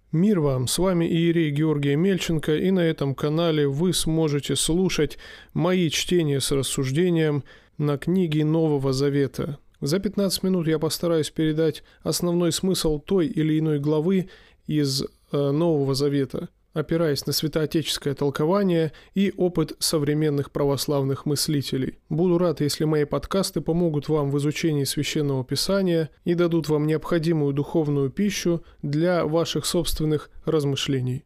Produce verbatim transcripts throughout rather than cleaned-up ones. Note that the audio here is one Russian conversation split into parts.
Мир вам, с вами иерей Георгий Мельченко, и на этом канале вы сможете слушать мои чтения с рассуждением на книги Нового Завета. За пятнадцать минут я постараюсь передать основной смысл той или иной главы из э, Нового Завета, опираясь на святоотеческое толкование и опыт современных православных мыслителей. Буду рад, если мои подкасты помогут вам в изучении Священного Писания и дадут вам необходимую духовную пищу для ваших собственных размышлений.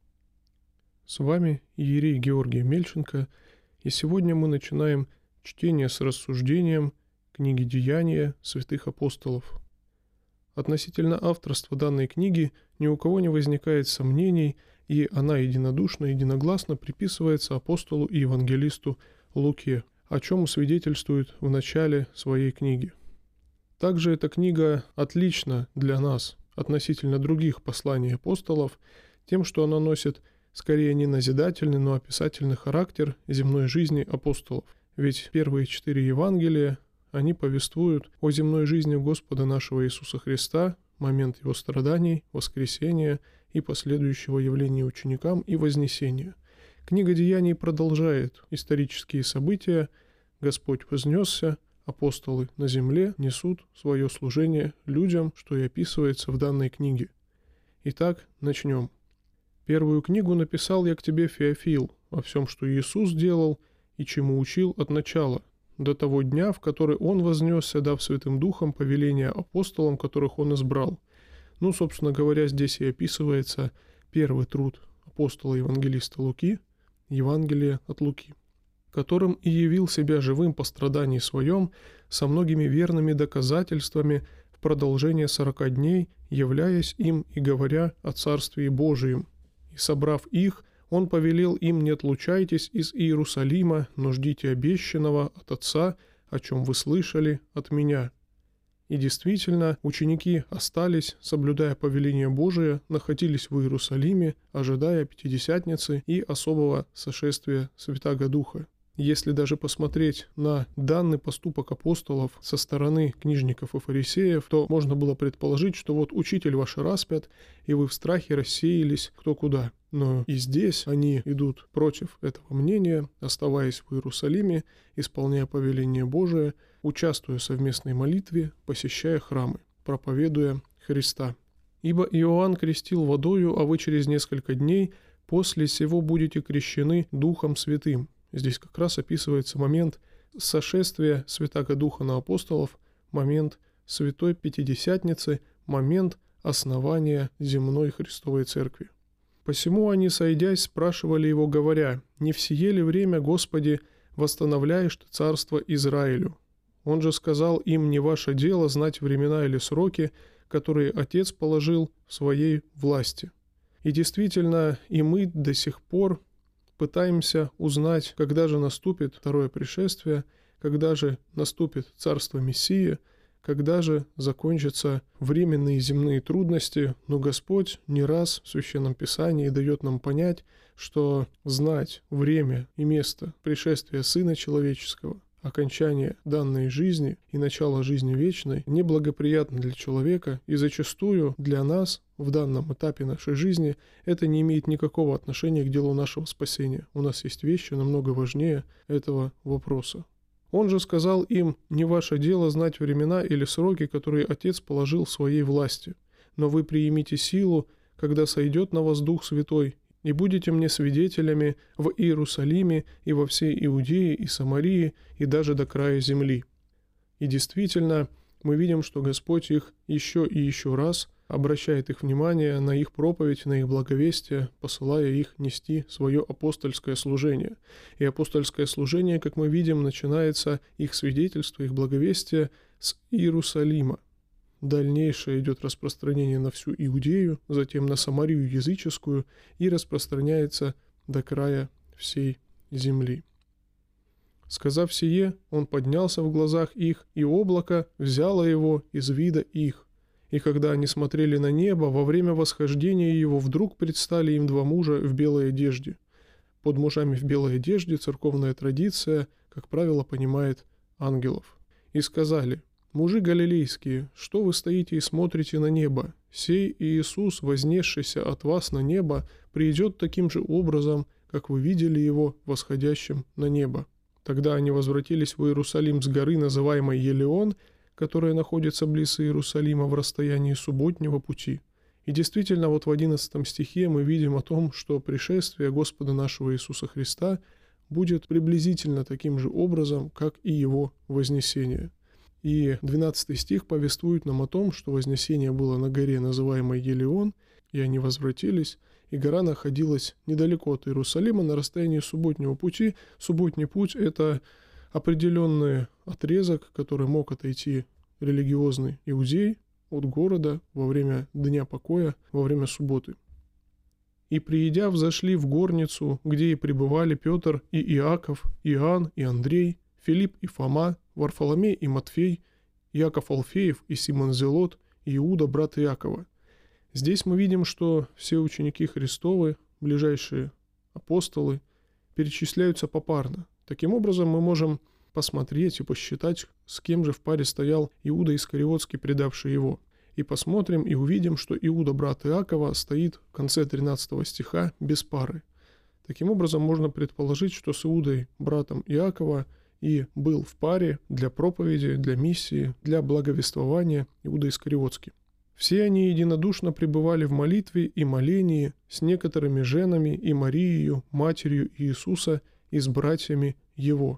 С вами иерей Георгий Мельченко, и сегодня мы начинаем чтение с рассуждением книги «Деяния святых апостолов». Относительно авторства данной книги ни у кого не возникает сомнений, и она единодушно, единогласно приписывается апостолу и евангелисту Луке, о чем свидетельствует в начале своей книги. Также эта книга отлична для нас относительно других посланий апостолов тем, что она носит скорее не назидательный, но описательный характер земной жизни апостолов. Ведь первые четыре Евангелия, они повествуют о земной жизни Господа нашего Иисуса Христа, момент Его страданий, воскресения и последующего явления ученикам и вознесения. Книга Деяний продолжает исторические события. Господь вознесся, апостолы на земле несут свое служение людям, что и описывается в данной книге. Итак, начнем. Первую книгу написал я к тебе, Феофил, о всем, что Иисус делал и чему учил от начала, до того дня, в который Он вознесся, дав Святым Духом повеления апостолам, которых Он избрал. Ну, собственно говоря, здесь и описывается первый труд апостола-евангелиста Луки, Евангелие от Луки, которым и явил себя живым по страдании своем, со многими верными доказательствами в продолжение сорока дней, являясь им и говоря о Царствии Божием. И, собрав их, Он повелел им: не отлучайтесь из Иерусалима, но ждите обещанного от Отца, о чем вы слышали от Меня. И действительно, ученики остались, соблюдая повеление Божие, находились в Иерусалиме, ожидая Пятидесятницы и особого сошествия Святаго Духа. Если даже посмотреть на данный поступок апостолов со стороны книжников и фарисеев, то можно было предположить, что вот учитель ваш распят, и вы в страхе рассеялись кто куда. Но и здесь они идут против этого мнения, оставаясь в Иерусалиме, исполняя повеление Божие, участвуя в совместной молитве, посещая храмы, проповедуя Христа. «Ибо Иоанн крестил водою, а вы через несколько дней после сего будете крещены Духом Святым». Здесь как раз описывается момент сошествия Святаго Духа на апостолов, момент Святой Пятидесятницы, момент основания земной Христовой Церкви. «Посему они, сойдясь, спрашивали его, говоря: не в сие ли время, Господи, восстановляешь ты царство Израилю? Он же сказал им: не ваше дело знать времена или сроки, которые Отец положил в своей власти». И действительно, и мы до сих пор пытаемся узнать, когда же наступит второе пришествие, когда же наступит царство Мессии, когда же закончатся временные земные трудности, но Господь не раз в Священном Писании дает нам понять, что знать время и место пришествия Сына Человеческого, окончание данной жизни и начало жизни вечной неблагоприятно для человека, и зачастую для нас в данном этапе нашей жизни это не имеет никакого отношения к делу нашего спасения. У нас есть вещи намного важнее этого вопроса. Он же сказал им: не ваше дело знать времена или сроки, которые Отец положил в своей власти, но вы приимите силу, когда сойдет на вас Дух Святой, и будете мне свидетелями в Иерусалиме и во всей Иудее и Самарии и даже до края земли». И действительно, мы видим, что Господь их еще и еще раз обращает их внимание на их проповедь, на их благовестие, посылая их нести свое апостольское служение. И апостольское служение, как мы видим, начинается их свидетельство, их благовестие с Иерусалима. Дальнейшее идет распространение на всю Иудею, затем на Самарию языческую и распространяется до края всей земли. Сказав сие, он поднялся в глазах их, и облако взяло его из вида их. И когда они смотрели на небо, во время восхождения его вдруг предстали им два мужа в белой одежде. Под мужами в белой одежде церковная традиция, как правило, понимает ангелов. И сказали: «Мужи галилейские, что вы стоите и смотрите на небо? Сей Иисус, вознесшийся от вас на небо, придет таким же образом, как вы видели его восходящим на небо». Тогда они возвратились в Иерусалим с горы, называемой Елеон, которая находится близ Иерусалима в расстоянии субботнего пути. И действительно, вот в одиннадцатом стихе мы видим о том, что пришествие Господа нашего Иисуса Христа будет приблизительно таким же образом, как и его вознесение. И двенадцатый стих повествует нам о том, что вознесение было на горе, называемой Елеон, и они возвратились, и гора находилась недалеко от Иерусалима на расстоянии субботнего пути. Субботний путь – это определенный отрезок, который мог отойти религиозный иудей от города во время дня покоя, во время субботы. «И, приидя, взошли в горницу, где и пребывали Петр и Иаков, Иоанн и Андрей, Филипп и Фома, Варфоломей и Матфей, Иаков Алфеев и Симон Зелот, и Иуда, брат Иакова». Здесь мы видим, что все ученики Христовы, ближайшие апостолы, перечисляются попарно. Таким образом, мы можем посмотреть и посчитать, с кем же в паре стоял Иуда Искариотский, предавший его. И посмотрим и увидим, что Иуда, брат Иакова, стоит в конце тринадцатого стиха без пары. Таким образом, можно предположить, что с Иудой, братом Иакова, и был в паре для проповеди, для миссии, для благовествования Иуда Искариотский. Все они единодушно пребывали в молитве и молении с некоторыми женами и Марией, матерью Иисуса, и с братьями Его.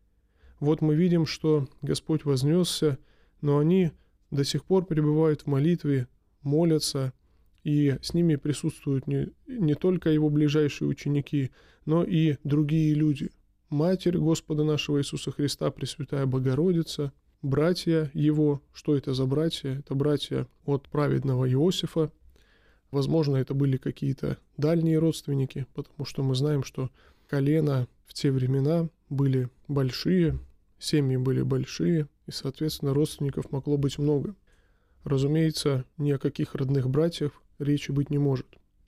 Вот мы видим, что Господь вознесся, но они до сих пор пребывают в молитве, молятся, и с ними присутствуют не, не только Его ближайшие ученики, но и другие люди. Матерь Господа нашего Иисуса Христа, Пресвятая Богородица, братья Его. Что это за братья? Это братья от праведного Иосифа. Возможно, это были какие-то дальние родственники, потому что мы знаем, что колена в те времена были большие, семьи были большие, и, соответственно, родственников могло быть много. Разумеется, ни о каких родных братьях речи быть не может.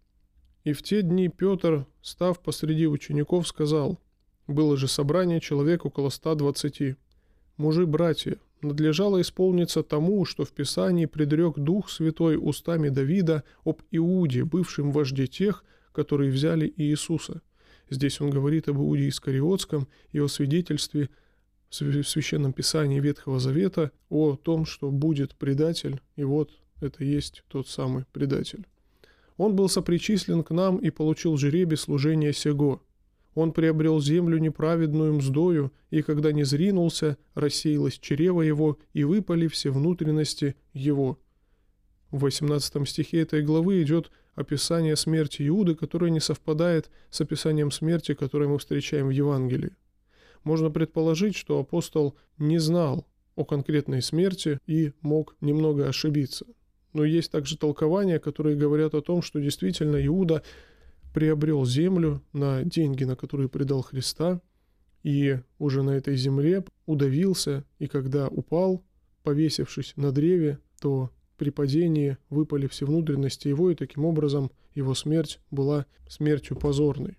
«И в те дни Петр, став посреди учеников, сказал: было же собрание человек около ста двадцати. Мужи-братья, надлежало исполниться тому, что в Писании предрек Дух Святой устами Давида об Иуде, бывшем вожде тех, которые взяли Иисуса». Здесь он говорит об Иуде Искариотском и о свидетельстве в Священном Писании Ветхого Завета о том, что будет предатель, и вот это есть тот самый предатель. «Он был сопричислен к нам и получил жребий служения сего. Он приобрел землю неправедную мздою, и когда не зринулся, рассеялось чрево его, и выпали все внутренности его». В восемнадцатом стихе этой главы идет описание смерти Иуды, которое не совпадает с описанием смерти, которое мы встречаем в Евангелии. Можно предположить, что апостол не знал о конкретной смерти и мог немного ошибиться. Но есть также толкования, которые говорят о том, что действительно Иуда приобрел землю на деньги, на которые предал Христа, и уже на этой земле удавился, и когда упал, повесившись на древе, то при падении выпали все внутренности его, и таким образом его смерть была смертью позорной.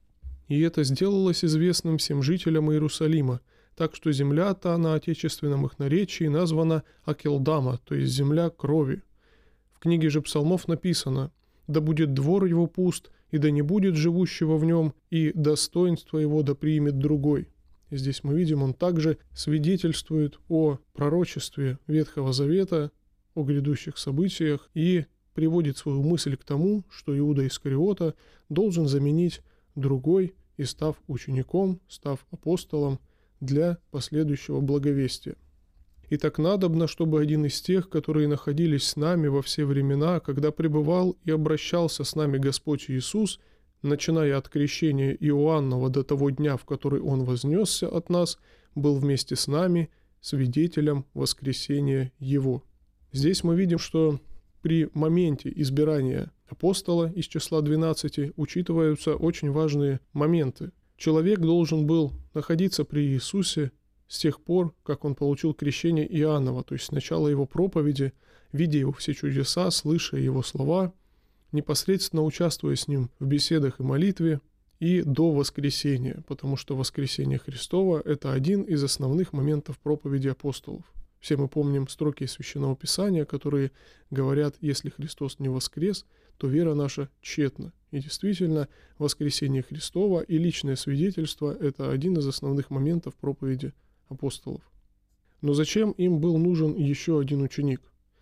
И это сделалось известным всем жителям Иерусалима, так что земля-то на отечественном их наречии названа Акелдама, то есть земля крови. В книге же Псалмов написано: «Да будет двор его пуст, и да не будет живущего в нем, и достоинство его да примет другой». И здесь мы видим, он также свидетельствует о пророчестве Ветхого Завета, о грядущих событиях, и приводит свою мысль к тому, что Иуда Искариота должен заменить другой и, став учеником, став апостолом, для последующего благовестия. «Итак, надобно, чтобы один из тех, которые находились с нами во все времена, когда пребывал и обращался с нами Господь Иисус, начиная от крещения Иоаннова до того дня, в который Он вознесся от нас, был вместе с нами свидетелем воскресения Его». Здесь мы видим, что при моменте избирания апостола из числа двенадцати учитываются очень важные моменты. Человек должен был находиться при Иисусе с тех пор, как он получил крещение Иоаннова, то есть с начала его проповеди, видя его все чудеса, слыша его слова, непосредственно участвуя с ним в беседах и молитве, и до воскресения, потому что воскресение Христова – это один из основных моментов проповеди апостолов. Все мы помним строки из Священного Писания, которые говорят: если Христос не воскрес, то вера наша тщетна. И действительно, воскресение Христова и личное свидетельство – это один из основных моментов проповеди апостолов. Но зачем им был нужен еще один ученик?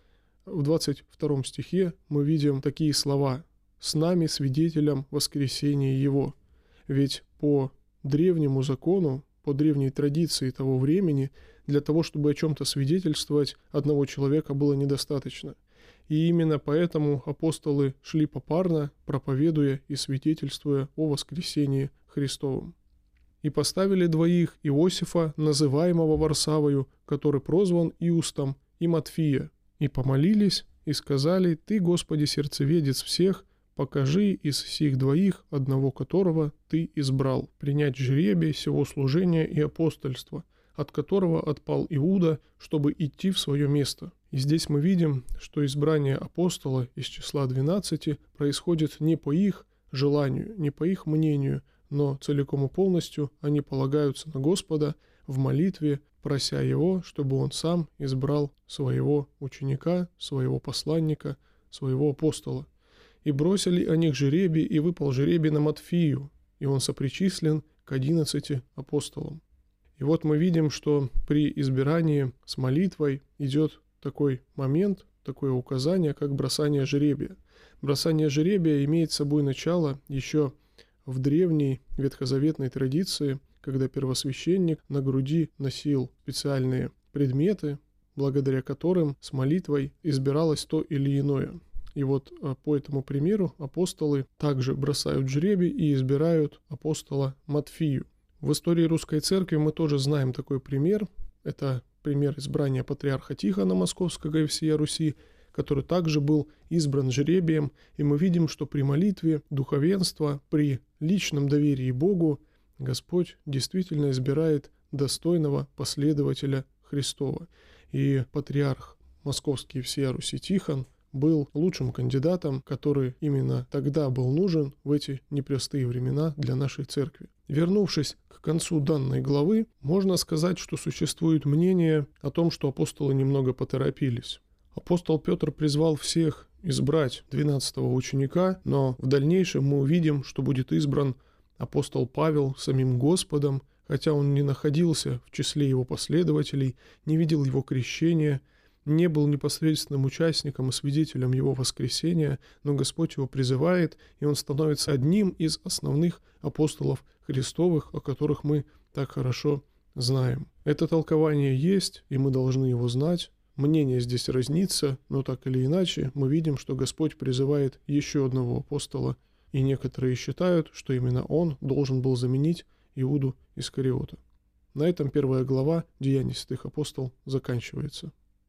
В двадцать втором стихе мы видим такие слова: «С нами свидетелем воскресения Его». Ведь по древнему закону, по древней традиции того времени, для того, чтобы о чем-то свидетельствовать, одного человека было недостаточно. И именно поэтому апостолы шли попарно, проповедуя и свидетельствуя о воскресении Христовом. «И поставили двоих: Иосифа, называемого Варсавою, который прозван Иустом, и Матфия, и помолились, и сказали: Ты, Господи, сердцеведец всех, покажи из сих двоих, одного которого Ты избрал, принять жребий сего служения и апостольства, от которого отпал Иуда, чтобы идти в свое место». И здесь мы видим, что избрание апостола из числа двенадцати происходит не по их желанию, не по их мнению, но целиком и полностью они полагаются на Господа в молитве, прося Его, чтобы Он сам избрал своего ученика, своего посланника, своего апостола. «И бросили о них жребий, и выпал жребий на Матфию, и он сопричислен к одиннадцати апостолам». И вот мы видим, что при избирании с молитвой идет такой момент, такое указание, как бросание жребия. Бросание жребия имеет собой начало еще в древней ветхозаветной традиции, когда первосвященник на груди носил специальные предметы, благодаря которым с молитвой избиралось то или иное. И вот по этому примеру апостолы также бросают жребий и избирают апостола Матфию. В истории Русской Церкви мы тоже знаем такой пример. Это пример избрания патриарха Тихона Московского и всея Руси, который также был избран жребием. И мы видим, что при молитве духовенства, при личном доверии Богу, Господь действительно избирает достойного последователя Христова. И патриарх Московский и всея Руси Тихон был лучшим кандидатом, который именно тогда был нужен в эти непростые времена для нашей церкви. Вернувшись к концу данной главы, можно сказать, что существует мнение о том, что апостолы немного поторопились. Апостол Петр призвал всех избрать двенадцатого ученика, но в дальнейшем мы увидим, что будет избран апостол Павел самим Господом, хотя он не находился в числе его последователей, не видел его крещения, не был непосредственным участником и свидетелем его воскресения, но Господь его призывает, и он становится одним из основных апостолов Христовых, о которых мы так хорошо знаем. Это толкование есть, и мы должны его знать. Мнение здесь разнится, но так или иначе мы видим, что Господь призывает еще одного апостола, и некоторые считают, что именно он должен был заменить Иуду Искариота. На этом первая глава Деяний святых апостолов заканчивается.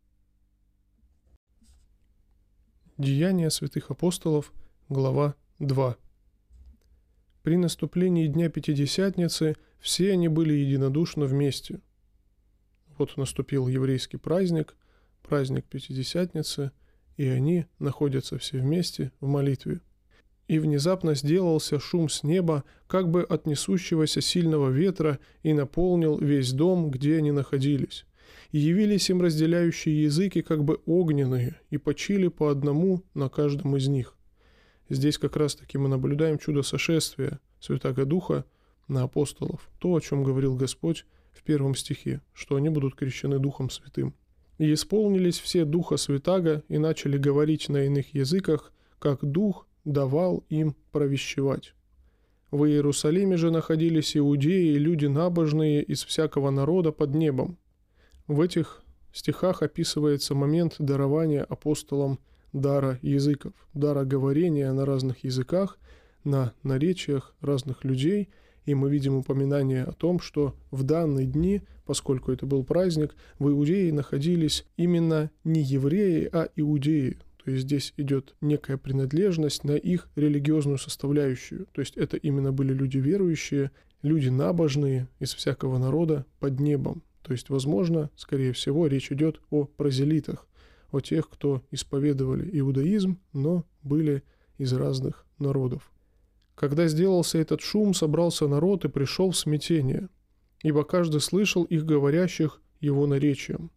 Деяния святых апостолов, глава два. При наступлении Дня Пятидесятницы все они были единодушно вместе. Вот наступил еврейский праздник, праздник Пятидесятницы, и они находятся все вместе в молитве. И внезапно сделался шум с неба, как бы от несущегося сильного ветра, и наполнил весь дом, где они находились. И явились им разделяющие языки, как бы огненные, и почили по одному на каждом из них. Здесь как раз-таки мы наблюдаем чудо сошествия Святаго Духа на апостолов, то, о чем говорил Господь в первом стихе, что они будут крещены Духом Святым. «И исполнились все Духа Святаго, и начали говорить на иных языках, как Дух давал им провещевать. В Иерусалиме же находились иудеи и люди набожные из всякого народа под небом». В этих стихах описывается момент дарования апостолам дара языков, дара говорения на разных языках, на наречиях разных людей, и мы видим упоминание о том, что в данные дни, поскольку это был праздник, в Иудее находились именно не евреи, а иудеи. То есть здесь идет некая принадлежность на их религиозную составляющую. То есть это именно были люди верующие, люди набожные из всякого народа под небом. То есть, возможно, скорее всего, речь идет о прозелитах, о тех, кто исповедовали иудаизм, но были из разных народов. Когда сделался этот шум, собрался народ и пришел в смятение, ибо каждый слышал их говорящих его наречием.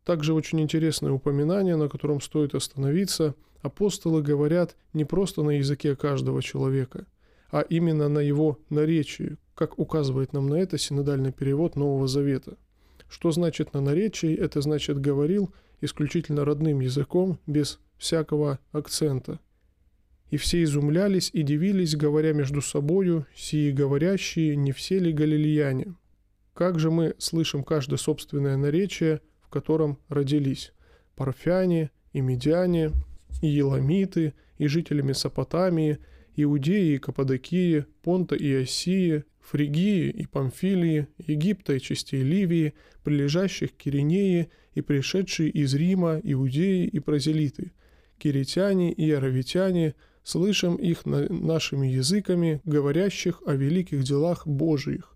Также очень интересное упоминание, на котором стоит остановиться. Апостолы говорят не просто на языке каждого человека, а именно на его наречии, как указывает нам на это синодальный перевод Нового Завета. Что значит на наречии? Это значит говорил исключительно родным языком, без всякого акцента. И все изумлялись и дивились, говоря между собою, сии говорящие, не все ли галилеяне? Как же мы слышим каждое собственное наречие, в котором родились? Парфяне и медяне, и еламиты, и жители Месопотамии, Иудеи и Каппадокии, Понта и Осии, Фригии и Памфилии, Египта и частей Ливии, прилежащих к Киринее и пришедшие из Рима, Иудеи и прозелиты, киритяне и аравитяне, слышим их на нашими языками, говорящих о великих делах Божиих.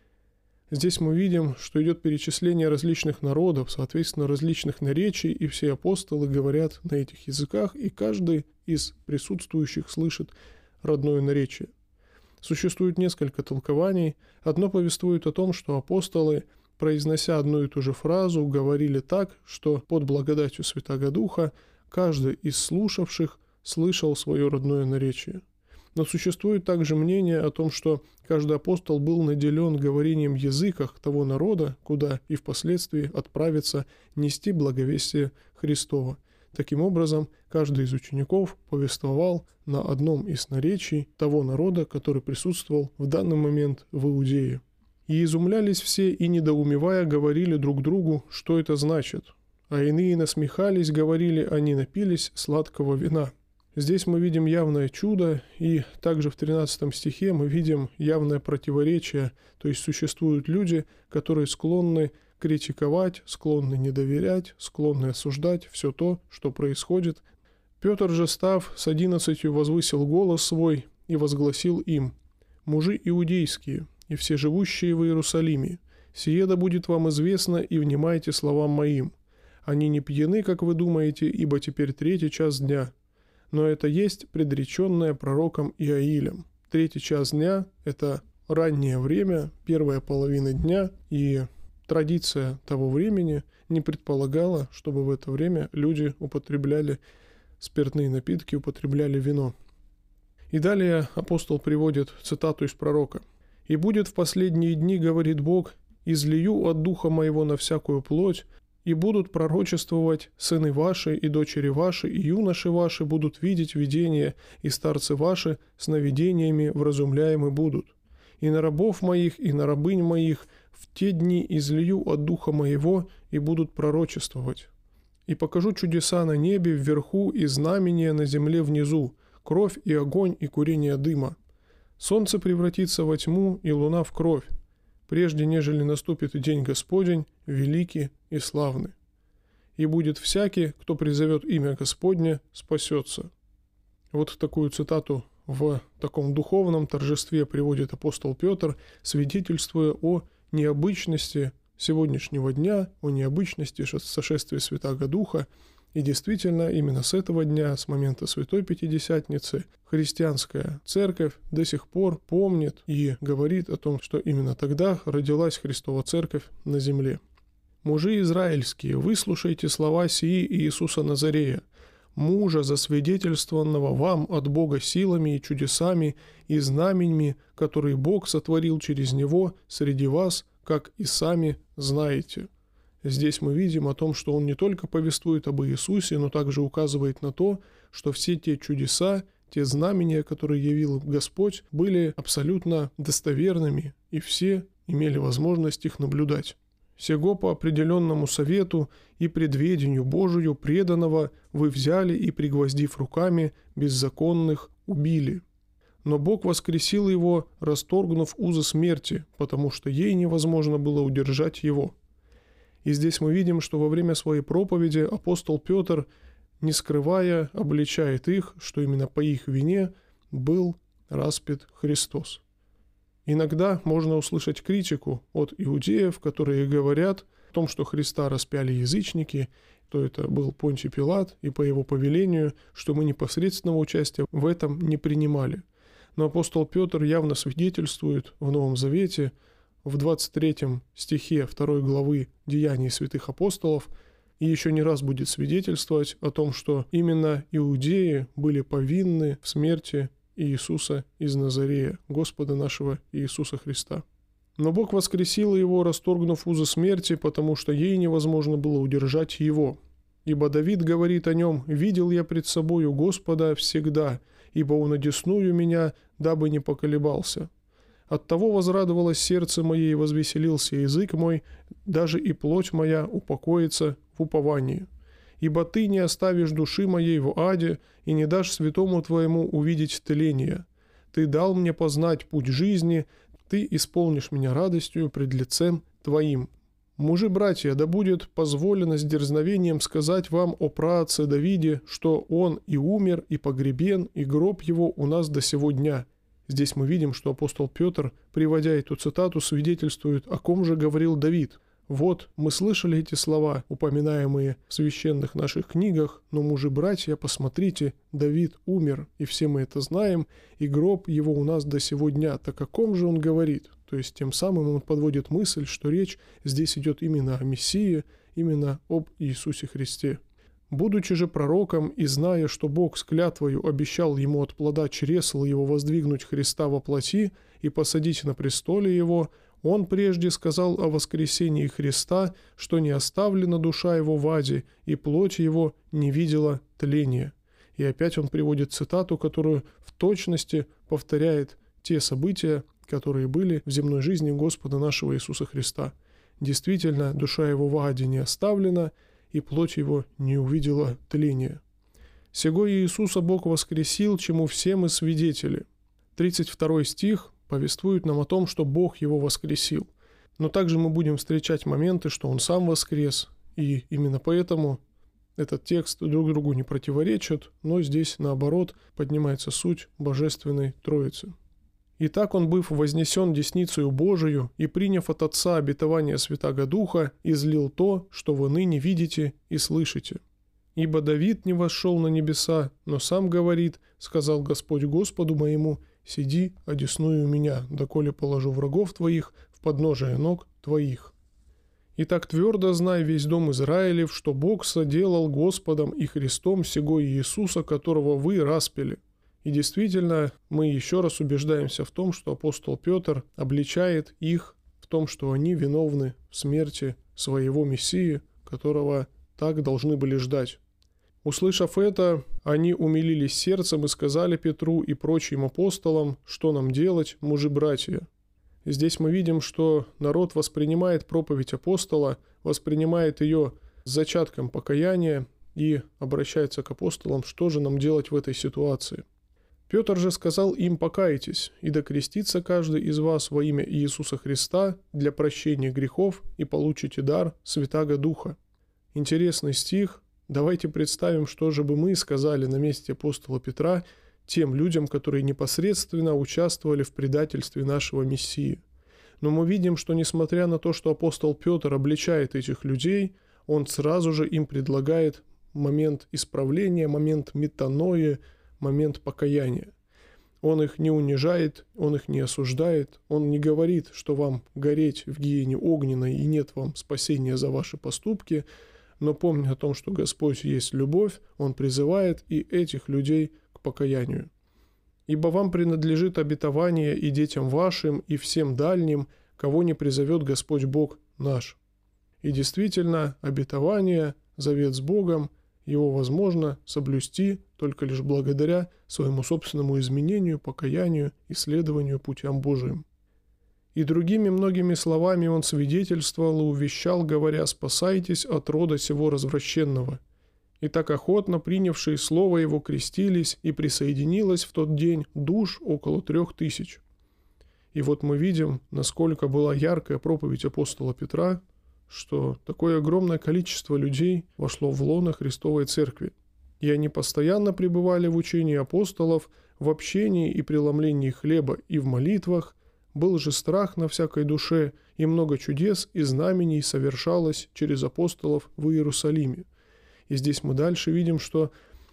Здесь мы видим, что идет перечисление различных народов, соответственно, различных наречий, и все апостолы говорят на этих языках, и каждый из присутствующих слышит родное наречие. Существует несколько толкований. Одно повествует о том, что апостолы, произнося одну и ту же фразу, говорили так, что под благодатью Святаго Духа каждый из слушавших слышал свое родное наречие. Но существует также мнение о том, что каждый апостол был наделен говорением в языках того народа, куда и впоследствии отправится нести благовестие Христова. Таким образом, каждый из учеников повествовал на одном из наречий того народа, который присутствовал в данный момент в Иудее. И изумлялись все, и, недоумевая, говорили друг другу, что это значит. А иные насмехались, говорили, они напились сладкого вина. Здесь мы видим явное чудо, и также в тринадцатом стихе мы видим явное противоречие, то есть существуют люди, которые склонны критиковать, склонны не доверять, склонны осуждать все то, что происходит. Петр же, став с одиннадцатью, возвысил голос свой и возгласил им: «Мужи иудейские и все живущие в Иерусалиме, сие да будет вам известно, и внимайте словам моим. Они не пьяны, как вы думаете, ибо теперь третий час дня. Но это есть предреченное пророком Иоилем. Третий час дня – это раннее время, первая половина дня, и традиция того времени не предполагала, чтобы в это время люди употребляли спиртные напитки, употребляли вино». И далее апостол приводит цитату из пророка. «И будет в последние дни, говорит Бог, излию от духа моего на всякую плоть, и будут пророчествовать сыны ваши и дочери ваши, и юноши ваши будут видеть видения, и старцы ваши сновидениями вразумляемы будут. И на рабов моих, и на рабынь моих в те дни излию от духа моего, и будут пророчествовать. И покажу чудеса на небе вверху и знамения на земле внизу, кровь и огонь и курение дыма. Солнце превратится во тьму, и луна в кровь, прежде нежели наступит день Господень, великий и славный. И будет всякий, кто призовет имя Господне, спасется». Вот такую цитату в таком духовном торжестве приводит апостол Петр, свидетельствуя о необычности сегодняшнего дня, о необычности сошествия Святаго Духа. И действительно, именно с этого дня, с момента Святой Пятидесятницы, христианская церковь до сих пор помнит и говорит о том, что именно тогда родилась Христова Церковь на земле. «Мужи израильские, выслушайте слова сии Иисуса Назарея, мужа, засвидетельствованного вам от Бога силами и чудесами и знаменьми, которые Бог сотворил через Него среди вас, как и сами знаете». Здесь мы видим о том, что он не только повествует об Иисусе, но также указывает на то, что все те чудеса, те знамения, которые явил Господь, были абсолютно достоверными, и все имели возможность их наблюдать. «Сего по определенному совету и предведению Божию преданного вы взяли и, пригвоздив руками, беззаконных убили. Но Бог воскресил его, расторгнув узы смерти, потому что ей невозможно было удержать его». И здесь мы видим, что во время своей проповеди апостол Петр, не скрывая, обличает их, что именно по их вине был распят Христос. Иногда можно услышать критику от иудеев, которые говорят о том, что Христа распяли язычники, то это был Понтий Пилат, и по его повелению, что мы непосредственного участия в этом не принимали. Но апостол Петр явно свидетельствует в Новом Завете, в двадцать третьем стихе второй главы «Деяний святых апостолов», и еще не раз будет свидетельствовать о том, что именно иудеи были повинны в смерти Иисуса из Назарея, Господа нашего Иисуса Христа. Но Бог воскресил его, расторгнув узы смерти, потому что ей невозможно было удержать его. Ибо Давид говорит о нем: «Видел я пред собою Господа всегда, ибо он одесную меня, дабы не поколебался. Оттого возрадовалось сердце мое и возвеселился язык мой, даже и плоть моя упокоится в уповании. Ибо ты не оставишь души моей в аде и не дашь святому твоему увидеть тление. Ты дал мне познать путь жизни, ты исполнишь меня радостью пред лицем твоим». Мужи-братья, да будет позволено с дерзновением сказать вам о праотце Давиде, что он и умер, и погребен, и гроб его у нас до сего дня. Здесь мы видим, что апостол Петр, приводя эту цитату, свидетельствует, о ком же говорил Давид. Вот, мы слышали эти слова, упоминаемые в священных наших книгах, но, мужи-братья, посмотрите, Давид умер, и все мы это знаем, и гроб его у нас до сего дня. Так о ком же он говорит? То есть тем самым он подводит мысль, что речь здесь идет именно о Мессии, именно об Иисусе Христе. «Будучи же пророком и зная, что Бог с клятвою обещал ему от плода чресла его воздвигнуть Христа во плоти и посадить на престоле его, он прежде сказал о воскресении Христа, что не оставлена душа его в аде, и плоть его не видела тления». И опять он приводит цитату, которую в точности повторяет те события, которые были в земной жизни Господа нашего Иисуса Христа. Действительно, душа его в аде не оставлена, и плоть его не увидела тления. «Сего Иисуса Бог воскресил, чему все мы свидетели». тридцать второй стих повествует нам о том, что Бог его воскресил. Но также мы будем встречать моменты, что он сам воскрес, и именно поэтому этот текст друг другу не противоречит, но здесь, наоборот, поднимается суть Божественной Троицы. «Итак, он, быв вознесен десницею Божию и приняв от Отца обетование Святаго Духа, излил то, что вы ныне видите и слышите. Ибо Давид не вошел на небеса, но сам говорит: сказал Господь Господу моему: сиди одесную у меня, доколе положу врагов твоих в подножие ног твоих. Итак, твердо знай весь дом Израилев, что Бог соделал Господом и Христом сего Иисуса, которого вы распяли». И действительно, мы еще раз убеждаемся в том, что апостол Петр обличает их в том, что они виновны в смерти своего Мессии, которого так должны были ждать. Услышав это, они умилились сердцем и сказали Петру и прочим апостолам: что нам делать, мужи-братья? Здесь мы видим, что народ воспринимает проповедь апостола, воспринимает ее с зачатком покаяния и обращается к апостолам: что же нам делать в этой ситуации? Петр же сказал им: покайтесь, и да крестится каждый из вас во имя Иисуса Христа для прощения грехов, и получите дар Святаго Духа. Интересный стих. Давайте представим, что же бы мы сказали на месте апостола Петра тем людям, которые непосредственно участвовали в предательстве нашего Мессии. Но мы видим, что несмотря на то, что апостол Петр обличает этих людей, он сразу же им предлагает момент исправления, момент метанои, момент покаяния. Он их не унижает, он их не осуждает, он не говорит, что вам гореть в гиене огненной и нет вам спасения за ваши поступки, но помня о том, что Господь есть любовь, он призывает и этих людей к покаянию. «Ибо вам принадлежит обетование и детям вашим, и всем дальним, кого не призовет Господь Бог наш». И действительно, обетование, завет с Богом, его возможно соблюсти только лишь благодаря своему собственному изменению, покаянию и следованию путям Божиим. И другими многими словами он свидетельствовал и увещал, говоря: «Спасайтесь от рода сего развращенного». И так охотно принявшие слово его крестились, и присоединилось в тот день душ около трех тысяч. И вот мы видим, насколько была яркая проповедь апостола Петра, что такое огромное количество людей вошло в лоно Христовой Церкви. И они постоянно пребывали в учении апостолов, в общении и преломлении хлеба и в молитвах. Был же страх на всякой душе, и много чудес и знамений совершалось через апостолов в Иерусалиме. И здесь мы дальше видим, что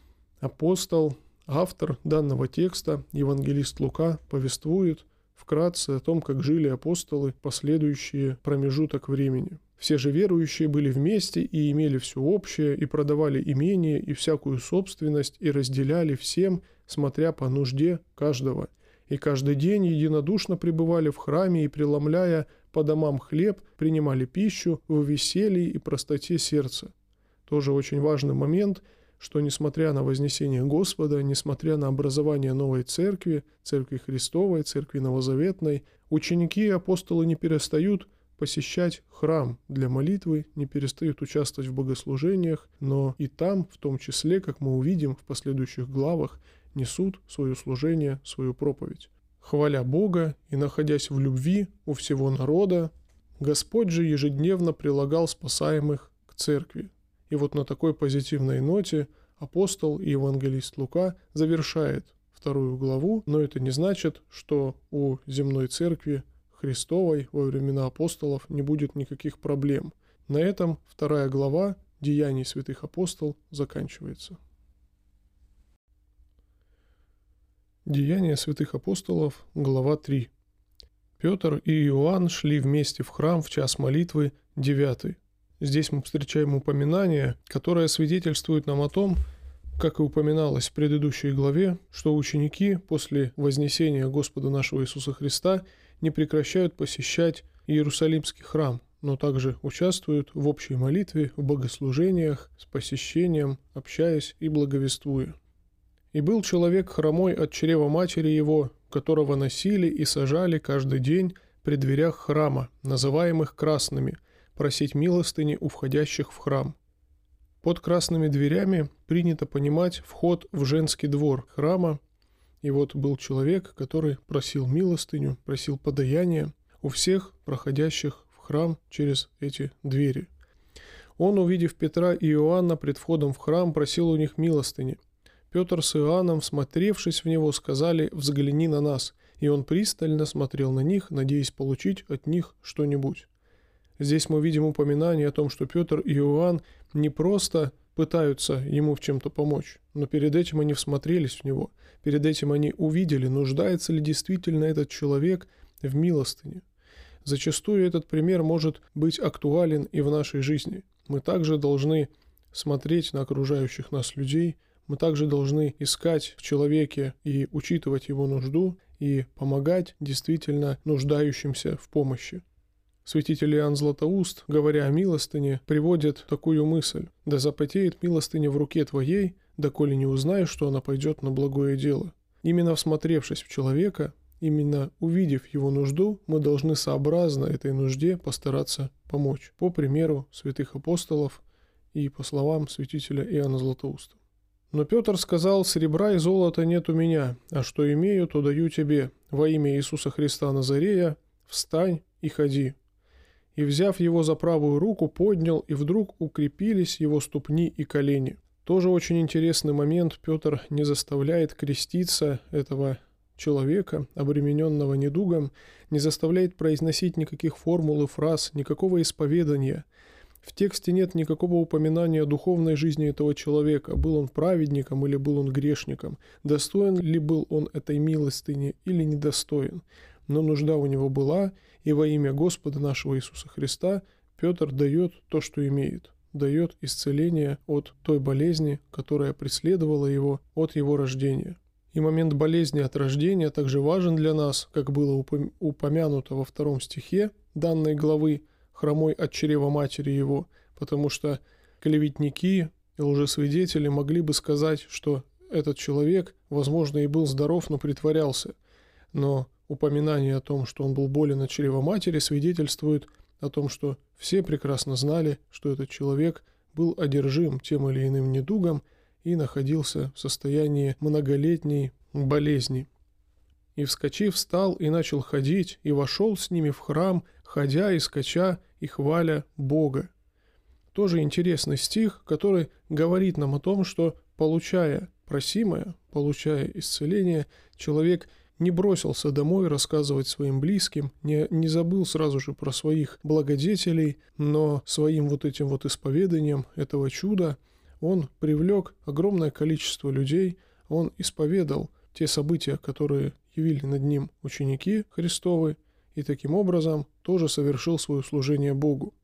апостол, автор данного текста, евангелист Лука, повествует вкратце о том, как жили апостолы последующие промежуток времени. Все же верующие были вместе и имели все общее, и продавали имение и всякую собственность, и разделяли всем, смотря по нужде каждого. И каждый день единодушно пребывали в храме и, преломляя по домам хлеб, принимали пищу в веселье и простоте сердца. Тоже очень важный момент, что несмотря на вознесение Господа, несмотря на образование новой церкви, церкви Христовой, церкви Новозаветной, ученики и апостолы не перестают посещать храм для молитвы, не перестают участвовать в богослужениях, но и там, в том числе, как мы увидим в последующих главах, несут свое служение, свою проповедь. Хваля Бога и находясь в любви у всего народа, Господь же ежедневно прилагал спасаемых к церкви. И вот на такой позитивной ноте апостол и евангелист Лука завершает вторую главу, но это не значит, что у земной церкви Христовой во времена апостолов не будет никаких проблем. На этом вторая глава Деяний святых апостолов заканчивается. Деяния святых апостолов, глава три. Петр и Иоанн шли вместе в храм в час молитвы девятый. Здесь мы встречаем упоминание, которое свидетельствует нам о том, как и упоминалось в предыдущей главе, что ученики после вознесения Господа нашего Иисуса Христа не прекращают посещать Иерусалимский храм, но также участвуют в общей молитве, в богослужениях, с посещением, общаясь и благовествуя. «И был человек хромой от чрева матери его, которого носили и сажали каждый день при дверях храма, называемых красными, просить милостыни у входящих в храм». Под красными дверями принято понимать вход в женский двор храма. И вот был человек, который просил милостыню, просил подаяния у всех проходящих в храм через эти двери. Он, увидев Петра и Иоанна пред входом в храм, просил у них милостыни. Петр с Иоанном, всмотревшись в него, сказали: «Взгляни на нас». И он пристально смотрел на них, надеясь получить от них что-нибудь. Здесь мы видим упоминание о том, что Петр и Иоанн не просто пытаются ему в чем-то помочь, но перед этим они всмотрелись в него, перед этим они увидели, нуждается ли действительно этот человек в милостыне. Зачастую этот пример может быть актуален и в нашей жизни. Мы также должны смотреть на окружающих нас людей, мы также должны искать в человеке и учитывать его нужду и помогать действительно нуждающимся в помощи. Святитель Иоанн Златоуст, говоря о милостыне, приводит такую мысль: «Да запотеет милостыня в руке твоей, доколе не узнаешь, что она пойдет на благое дело». Именно всмотревшись в человека, именно увидев его нужду, мы должны сообразно этой нужде постараться помочь, по примеру святых апостолов и по словам святителя Иоанна Златоуста. «Но Петр сказал: серебра и золота нет у меня, а что имею, то даю тебе. Во имя Иисуса Христа Назарея встань и ходи. И, взяв его за правую руку, поднял, и вдруг укрепились его ступни и колени». Тоже очень интересный момент. Петр не заставляет креститься этого человека, обремененного недугом, не заставляет произносить никаких формул и фраз, никакого исповедания. В тексте нет никакого упоминания о духовной жизни этого человека, был он праведником или был он грешником, достоин ли был он этой милостыни или недостоин. Но нужда у него была, и во имя Господа нашего Иисуса Христа Петр дает то, что имеет, дает исцеление от той болезни, которая преследовала его от его рождения. И момент болезни от рождения также важен для нас, как было упомянуто во втором стихе данной главы, хромой от чрева матери его, потому что клеветники и лжесвидетели могли бы сказать, что этот человек, возможно, и был здоров, но притворялся. Но упоминание о том, что он был болен от чрева матери, свидетельствует о том, что все прекрасно знали, что этот человек был одержим тем или иным недугом и находился в состоянии многолетней болезни. «И, вскочив, встал и начал ходить, и вошел с ними в храм, ходя и скача и хваля Бога». Тоже интересный стих, который говорит нам о том, что, получая просимое, получая исцеление, человек не бросился домой рассказывать своим близким, не, не забыл сразу же про своих благодетелей, но своим вот этим вот исповеданием этого чуда он привлек огромное количество людей, он исповедал те события, которые явили над ним ученики Христовы, и таким образом тоже совершил свое служение Богу.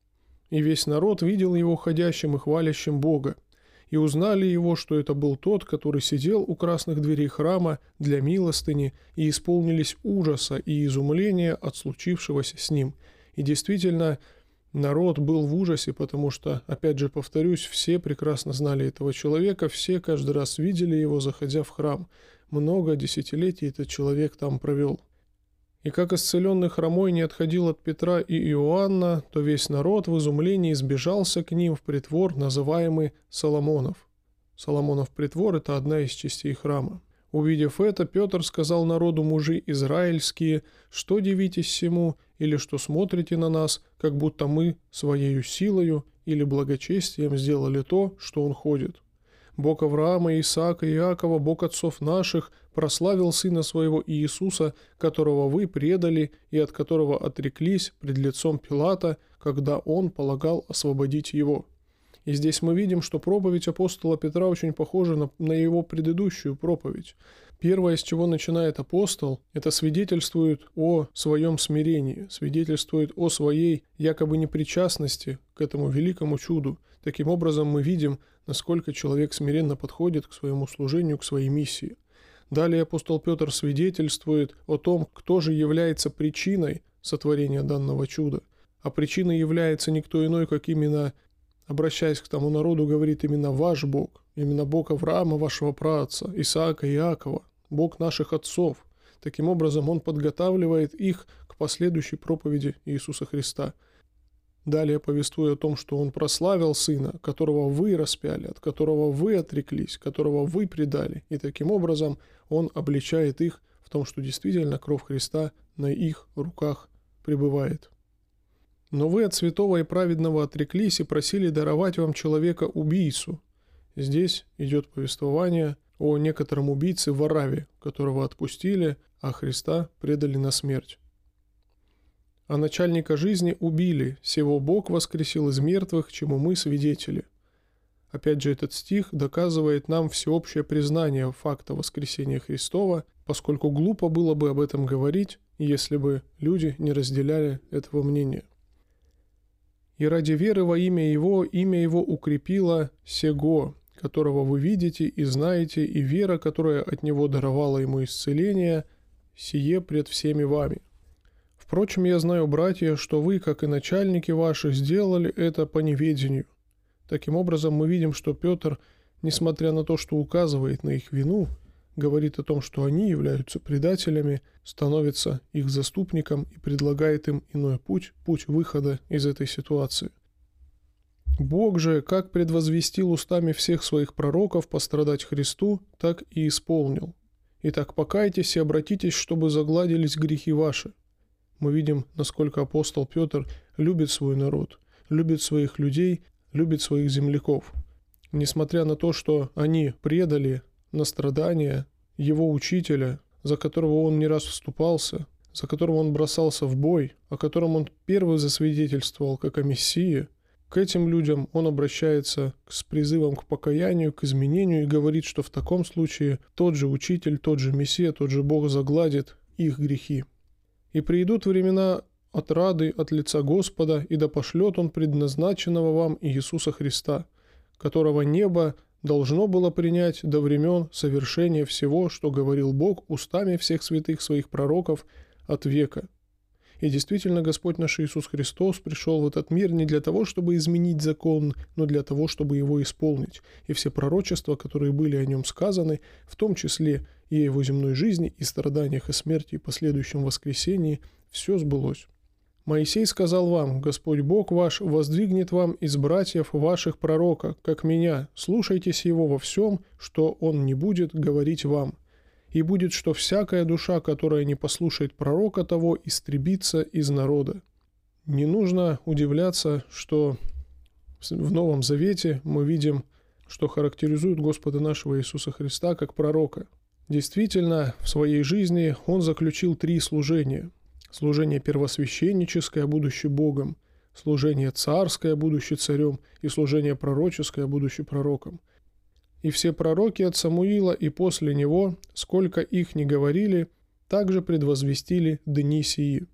И весь народ видел его ходящим и хвалящим Бога. И узнали его, что это был тот, который сидел у красных дверей храма для милостыни, и исполнились ужаса и изумления от случившегося с ним. И действительно, народ был в ужасе, потому что, опять же повторюсь, все прекрасно знали этого человека, все каждый раз видели его, заходя в храм. Много десятилетий этот человек там провел. И как исцеленный хромой не отходил от Петра и Иоанна, то весь народ в изумлении сбежался к ним в притвор, называемый Соломонов. Соломонов притвор – это одна из частей храма. Увидев это, Петр сказал народу: мужи израильские, что дивитесь сему, или что смотрите на нас, как будто мы своею силою или благочестием сделали то, что он ходит. Бог Авраама, Исаака и Иакова, Бог отцов наших, прославил Сына Своего Иисуса, которого вы предали и от которого отреклись пред лицом Пилата, когда он полагал освободить его». И здесь мы видим, что проповедь апостола Петра очень похожа на, на его предыдущую проповедь. Первое, с чего начинает апостол, это свидетельствует о своем смирении, свидетельствует о своей якобы непричастности к этому великому чуду. Таким образом, мы видим, насколько человек смиренно подходит к своему служению, к своей миссии. Далее апостол Петр свидетельствует о том, кто же является причиной сотворения данного чуда. А причиной является никто иной, как именно, обращаясь к тому народу, говорит именно ваш Бог, именно Бог Авраама, вашего праотца, Исаака и Иакова, Бог наших отцов. Таким образом, он подготавливает их к последующей проповеди Иисуса Христа. Далее повествуя о том, что он прославил Сына, которого вы распяли, от которого вы отреклись, которого вы предали. И таким образом он обличает их в том, что действительно кровь Христа на их руках пребывает. «Но вы от святого и праведного отреклись и просили даровать вам человека-убийцу». Здесь идет повествование о некотором убийце Варавве, которого отпустили, а Христа предали на смерть. «А начальника жизни убили, сего Бог воскресил из мертвых, чему мы свидетели». Опять же, этот стих доказывает нам всеобщее признание факта воскресения Христова, поскольку глупо было бы об этом говорить, если бы люди не разделяли этого мнения. «И ради веры во имя Его, имя Его укрепило сего, которого вы видите и знаете, и вера, которая от Него даровала Ему исцеление, сие пред всеми вами. Впрочем, я знаю, братья, что вы, как и начальники ваши, сделали это по неведению». Таким образом, мы видим, что Петр, несмотря на то, что указывает на их вину, говорит о том, что они являются предателями, становится их заступником и предлагает им иной путь, путь выхода из этой ситуации. Бог же, как предвозвестил устами всех своих пророков пострадать Христу, так и исполнил. Итак, покайтесь и обратитесь, чтобы загладились грехи ваши. Мы видим, насколько апостол Петр любит свой народ, любит своих людей, любит своих земляков. Несмотря на то, что они предали на страдания его учителя, за которого он не раз вступался, за которого он бросался в бой, о котором он первый засвидетельствовал как о Мессии, к этим людям он обращается с призывом к покаянию, к изменению и говорит, что в таком случае тот же учитель, тот же Мессия, тот же Бог загладит их грехи. «И придут времена отрады от лица Господа, и да пошлет Он предназначенного вам Иисуса Христа, которого небо должно было принять до времен совершения всего, что говорил Бог устами всех святых своих пророков от века». И действительно, Господь наш Иисус Христос пришел в этот мир не для того, чтобы изменить закон, но для того, чтобы его исполнить. И все пророчества, которые были о нем сказаны, в том числе и о его земной жизни, и страданиях, и смерти, и последующем воскресении, все сбылось. «Моисей сказал вам: Господь Бог ваш воздвигнет вам из братьев ваших пророка, как меня, слушайтесь его во всем, что он не будет говорить вам. И будет, что всякая душа, которая не послушает пророка того, истребится из народа». Не нужно удивляться, что в Новом Завете мы видим, что характеризует Господа нашего Иисуса Христа как пророка. Действительно, в своей жизни он заключил три служения. Служение первосвященническое, будучи Богом, служение царское, будучи царем, и служение пророческое, будучи пророком. И все пророки от Самуила и после него, сколько их ни говорили, также предвозвестили дни сии.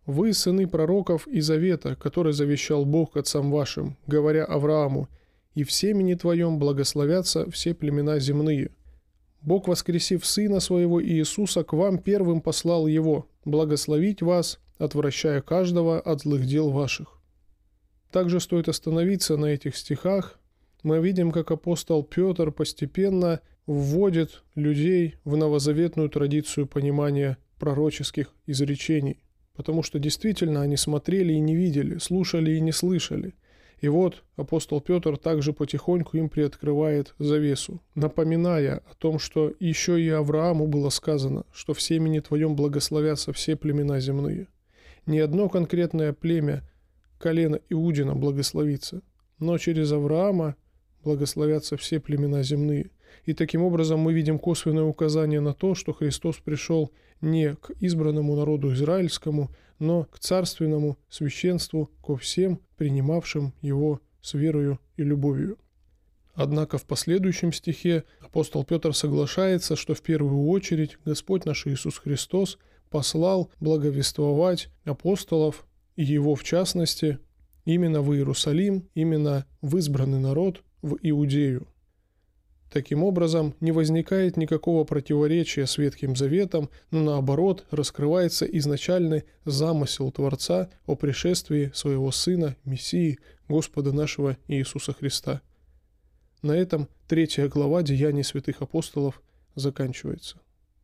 Вы сыны пророков и завета, который завещал Бог к отцам вашим, говоря Аврааму, и в семени твоем благословятся все племена земные. Бог, воскресив Сына Своего Иисуса, к вам первым послал Его, благословить вас, отвращая каждого от злых дел ваших». Также стоит остановиться на этих стихах. Мы видим, как апостол Петр постепенно вводит людей в новозаветную традицию понимания пророческих изречений, потому что действительно они смотрели и не видели, слушали и не слышали. И вот апостол Петр также потихоньку им приоткрывает завесу, напоминая о том, что еще и Аврааму было сказано, что в семени твоем благословятся все племена земные. Не одно конкретное племя, колено Иудина, благословится, но через Авраама благословятся все племена земные. И таким образом мы видим косвенное указание на то, что Христос пришел не к избранному народу израильскому, но к царственному священству, ко всем принимавшим его с верою и любовью. Однако в последующем стихе апостол Петр соглашается, что в первую очередь Господь наш Иисус Христос послал благовествовать апостолов, и его в частности, именно в Иерусалим, именно в избранный народ, в Иудею. Таким образом, не возникает никакого противоречия с Ветхим Заветом, но наоборот раскрывается изначальный замысел Творца о пришествии своего Сына, Мессии, Господа нашего Иисуса Христа. На этом третья глава Деяний святых апостолов заканчивается.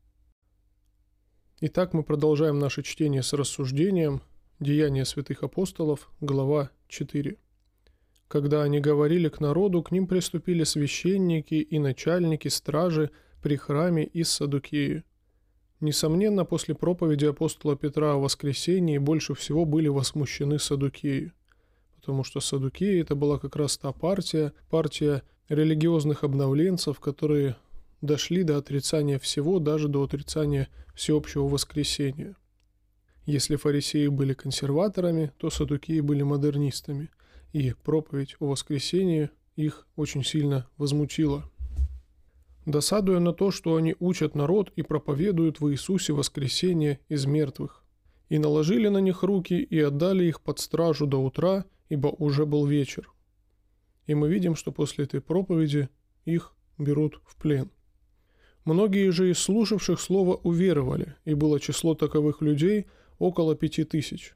Итак, мы продолжаем наше чтение с рассуждением. Деяния святых апостолов, глава четыре. Когда они говорили к народу, к ним приступили священники и начальники стражи при храме из Саддукеи. Несомненно, после проповеди апостола Петра о воскресении больше всего были возмущены саддукеи, потому что саддукеи – это была как раз та партия, партия религиозных обновленцев, которые дошли до отрицания всего, даже до отрицания всеобщего воскресения. Если фарисеи были консерваторами, то саддукеи были модернистами, и проповедь о воскресении их очень сильно возмутила. Досадуя на то, что они учат народ и проповедуют в Иисусе воскресение из мертвых, и наложили на них руки и отдали их под стражу до утра, ибо уже был вечер. И мы видим, что после этой проповеди их берут в плен. Многие же из слушавших слово уверовали, и было число таковых людей около пяти тысяч.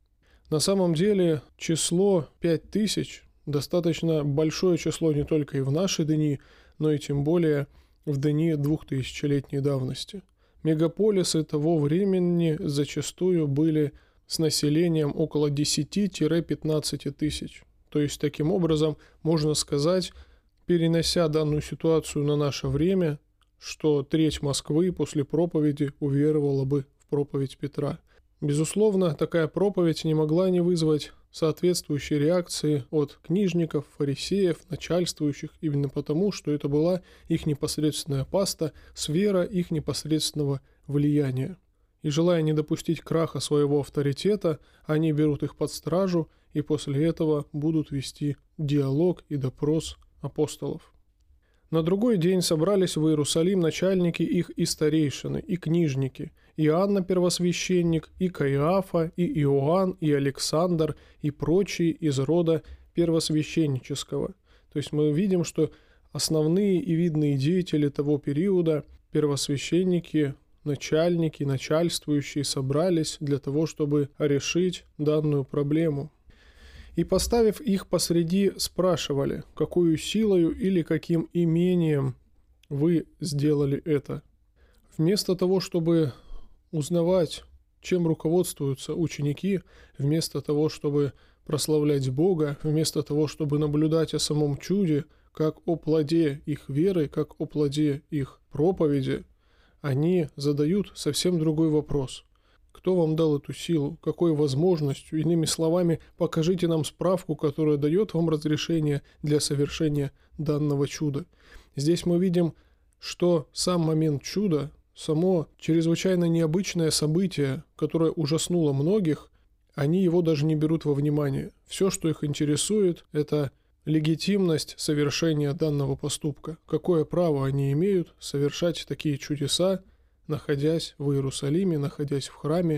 На самом деле число пять тысяч достаточно большое число не только и в наши дни, но и тем более в дни двухтысячелетней давности. Мегаполисы того времени зачастую были с населением около десяти-пятнадцати тысяч. То есть таким образом можно сказать, перенося данную ситуацию на наше время, что треть Москвы после проповеди уверовала бы в проповедь Петра. Безусловно, такая проповедь не могла не вызвать соответствующей реакции от книжников, фарисеев, начальствующих, именно потому, что это была их непосредственная паста, сфера их непосредственного влияния. И желая не допустить краха своего авторитета, они берут их под стражу и после этого будут вести диалог и допрос апостолов. На другой день собрались в Иерусалим начальники их и старейшины, и книжники, и Анна первосвященник, и Каиафа, и Иоанн, и Александр, и прочие из рода первосвященнического. То есть мы видим, что основные и видные деятели того периода, первосвященники, начальники, начальствующие, собрались для того, чтобы решить данную проблему. И, поставив их посреди, спрашивали, какую силою или каким имением вы сделали это. Вместо того, чтобы узнавать, чем руководствуются ученики, вместо того, чтобы прославлять Бога, вместо того, чтобы наблюдать о самом чуде, как о плоде их веры, как о плоде их проповеди, они задают совсем другой вопрос. Кто вам дал эту силу? Какой возможностью? Иными словами, покажите нам справку, которая дает вам разрешение для совершения данного чуда. Здесь мы видим, что сам момент чуда, само чрезвычайно необычное событие, которое ужаснуло многих, они его даже не берут во внимание. Все, что их интересует, это легитимность совершения данного поступка. Какое право они имеют совершать такие чудеса, находясь в Иерусалиме, находясь в храме,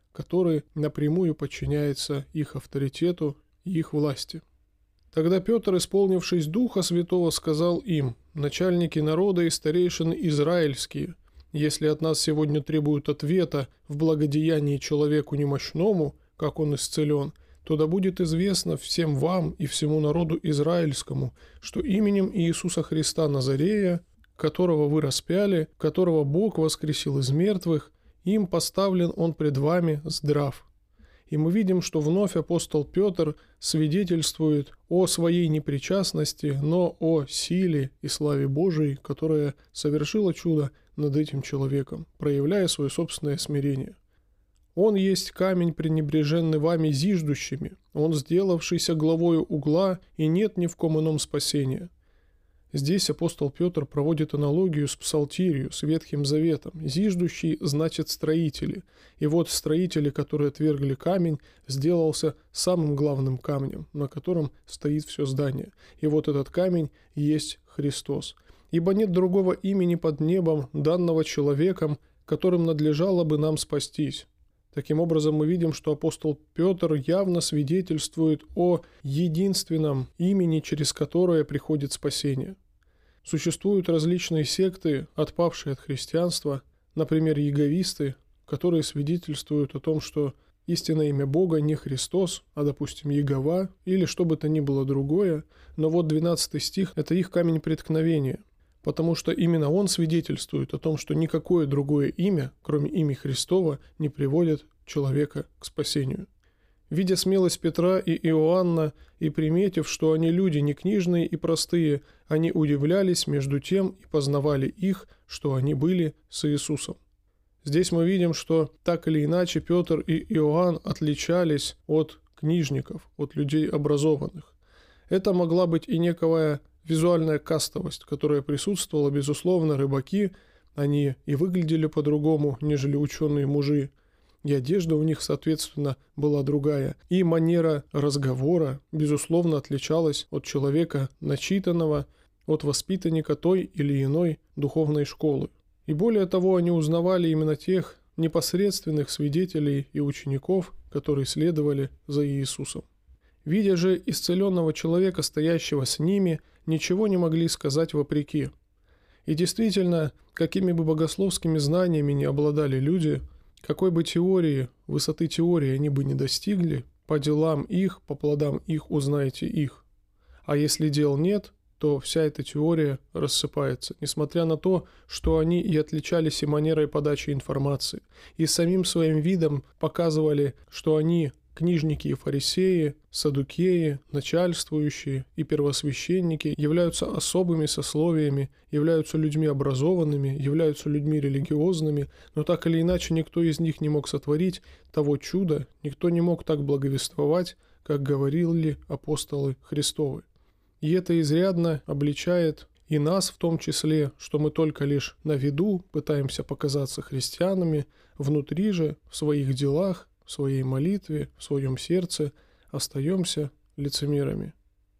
который напрямую подчиняется их авторитету и их власти. Тогда Петр, исполнившись Духа Святого, сказал им: «Начальники народа и старейшины израильские, если от нас сегодня требуют ответа в благодеянии человеку немощному, как он исцелен, то да будет известно всем вам и всему народу израильскому, что именем Иисуса Христа Назарея, которого вы распяли, которого Бог воскресил из мертвых, им поставлен он пред вами здрав». И мы видим, что вновь апостол Петр свидетельствует о своей непричастности, но о силе и славе Божией, которая совершила чудо над этим человеком, проявляя свое собственное смирение. «Он есть камень, пренебреженный вами зиждущими, он сделавшийся главою угла, и нет ни в ком ином спасения». Здесь апостол Петр проводит аналогию с псалтирью, с Ветхим Заветом. Зиждущий значит строители. И вот строители, которые отвергли камень, сделался самым главным камнем, на котором стоит все здание. И вот этот камень есть Христос. «Ибо нет другого имени под небом, данного человеком, которым надлежало бы нам спастись». Таким образом, мы видим, что апостол Петр явно свидетельствует о единственном имени, через которое приходит спасение. Существуют различные секты, отпавшие от христианства, например, иеговисты, которые свидетельствуют о том, что истинное имя Бога не Христос, а, допустим, Иегова или что бы то ни было другое, но вот двенадцатый стих – это их камень преткновения, потому что именно он свидетельствует о том, что никакое другое имя, кроме имени Христова, не приводит человека к спасению. Видя смелость Петра и Иоанна и приметив, что они люди не книжные и простые, они удивлялись между тем и познавали их, что они были с Иисусом. Здесь мы видим, что так или иначе Петр и Иоанн отличались от книжников, от людей образованных. Это могла быть и некая визуальная кастовость, которая присутствовала, безусловно, рыбаки, они и выглядели по-другому, нежели ученые мужи, и одежда у них, соответственно, была другая, и манера разговора, безусловно, отличалась от человека начитанного, от воспитанника той или иной духовной школы. И более того, они узнавали именно тех непосредственных свидетелей и учеников, которые следовали за Иисусом. Видя же исцеленного человека, стоящего с ними, ничего не могли сказать вопреки. И действительно, какими бы богословскими знаниями ни обладали люди, какой бы теории, высоты теории они бы не достигли, по делам их, по плодам их узнаете их. А если дел нет, то вся эта теория рассыпается, несмотря на то, что они и отличались и манерой подачи информации, и самим своим видом показывали, что они книжники и фарисеи, саддукеи, начальствующие и первосвященники являются особыми сословиями, являются людьми образованными, являются людьми религиозными, но так или иначе никто из них не мог сотворить того чуда, никто не мог так благовествовать, как говорили апостолы Христовы. И это изрядно обличает и нас в том числе, что мы только лишь на виду пытаемся показаться христианами, внутри же, в своих делах, в своей молитве, в своем сердце остаемся лицемерами.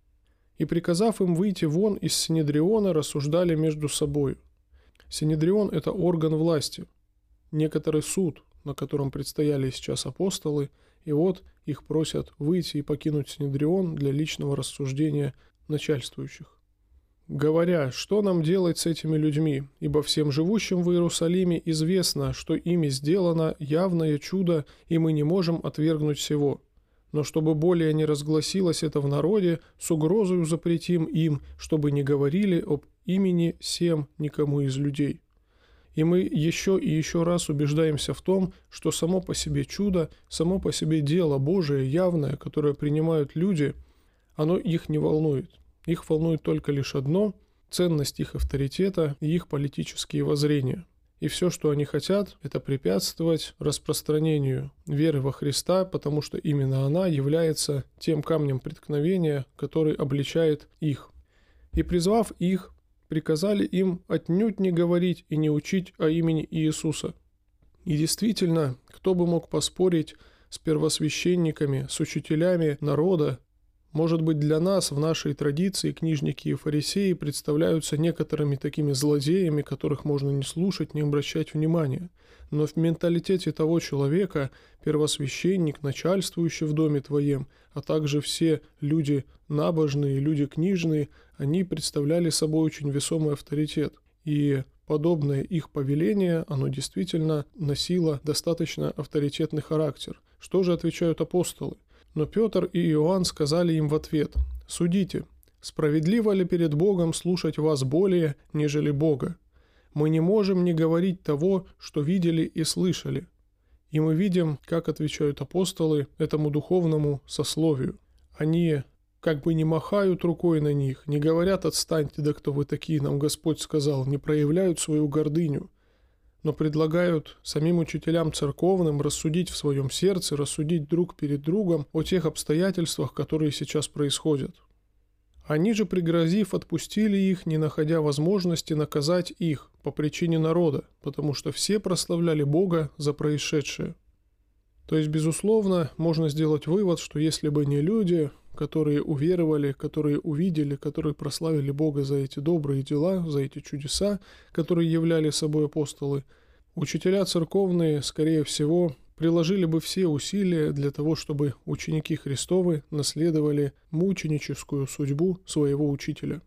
И приказав им выйти вон из Синедриона, рассуждали между собою. Синедрион – это орган власти, некоторый суд, на котором предстояли сейчас апостолы, и вот их просят выйти и покинуть Синедрион для личного рассуждения начальствующих. Говоря, что нам делать с этими людьми, ибо всем живущим в Иерусалиме известно, что ими сделано явное чудо, и мы не можем отвергнуть сего. Но чтобы более не разгласилось это в народе, с угрозою запретим им, чтобы не говорили об имени сем никому из людей. И мы еще и еще раз убеждаемся в том, что само по себе чудо, само по себе дело Божие явное, которое принимают люди, оно их не волнует. Их волнует только лишь одно – ценность их авторитета и их политические воззрения. И все, что они хотят, это препятствовать распространению веры во Христа, потому что именно она является тем камнем преткновения, который обличает их. И призвав их, приказали им отнюдь не говорить и не учить о имени Иисуса. И действительно, кто бы мог поспорить с первосвященниками, с учителями народа, Может быть, для нас в нашей традиции книжники и фарисеи представляются некоторыми такими злодеями, которых можно не слушать, не обращать внимания. Но в менталитете того человека первосвященник, начальствующий в доме твоем, а также все люди набожные, люди книжные, они представляли собой очень весомый авторитет. И подобное их повеление, оно действительно носило достаточно авторитетный характер. Что же отвечают апостолы? Но Петр и Иоанн сказали им в ответ: «Судите, справедливо ли перед Богом слушать вас более, нежели Бога? Мы не можем не говорить того, что видели и слышали». И мы видим, как отвечают апостолы этому духовному сословию. Они как бы не махают рукой на них, не говорят: «Отстаньте, да кто вы такие, нам Господь сказал», не проявляют свою гордыню, но предлагают самим учителям церковным рассудить в своем сердце, рассудить друг перед другом о тех обстоятельствах, которые сейчас происходят. Они же, пригрозив, отпустили их, не находя возможности наказать их по причине народа, потому что все прославляли Бога за происшедшее. То есть, безусловно, можно сделать вывод, что если бы не люди, которые уверовали, которые увидели, которые прославили Бога за эти добрые дела, за эти чудеса, которые являли собой апостолы, учителя церковные, скорее всего, приложили бы все усилия для того, чтобы ученики Христовы наследовали мученическую судьбу своего учителя.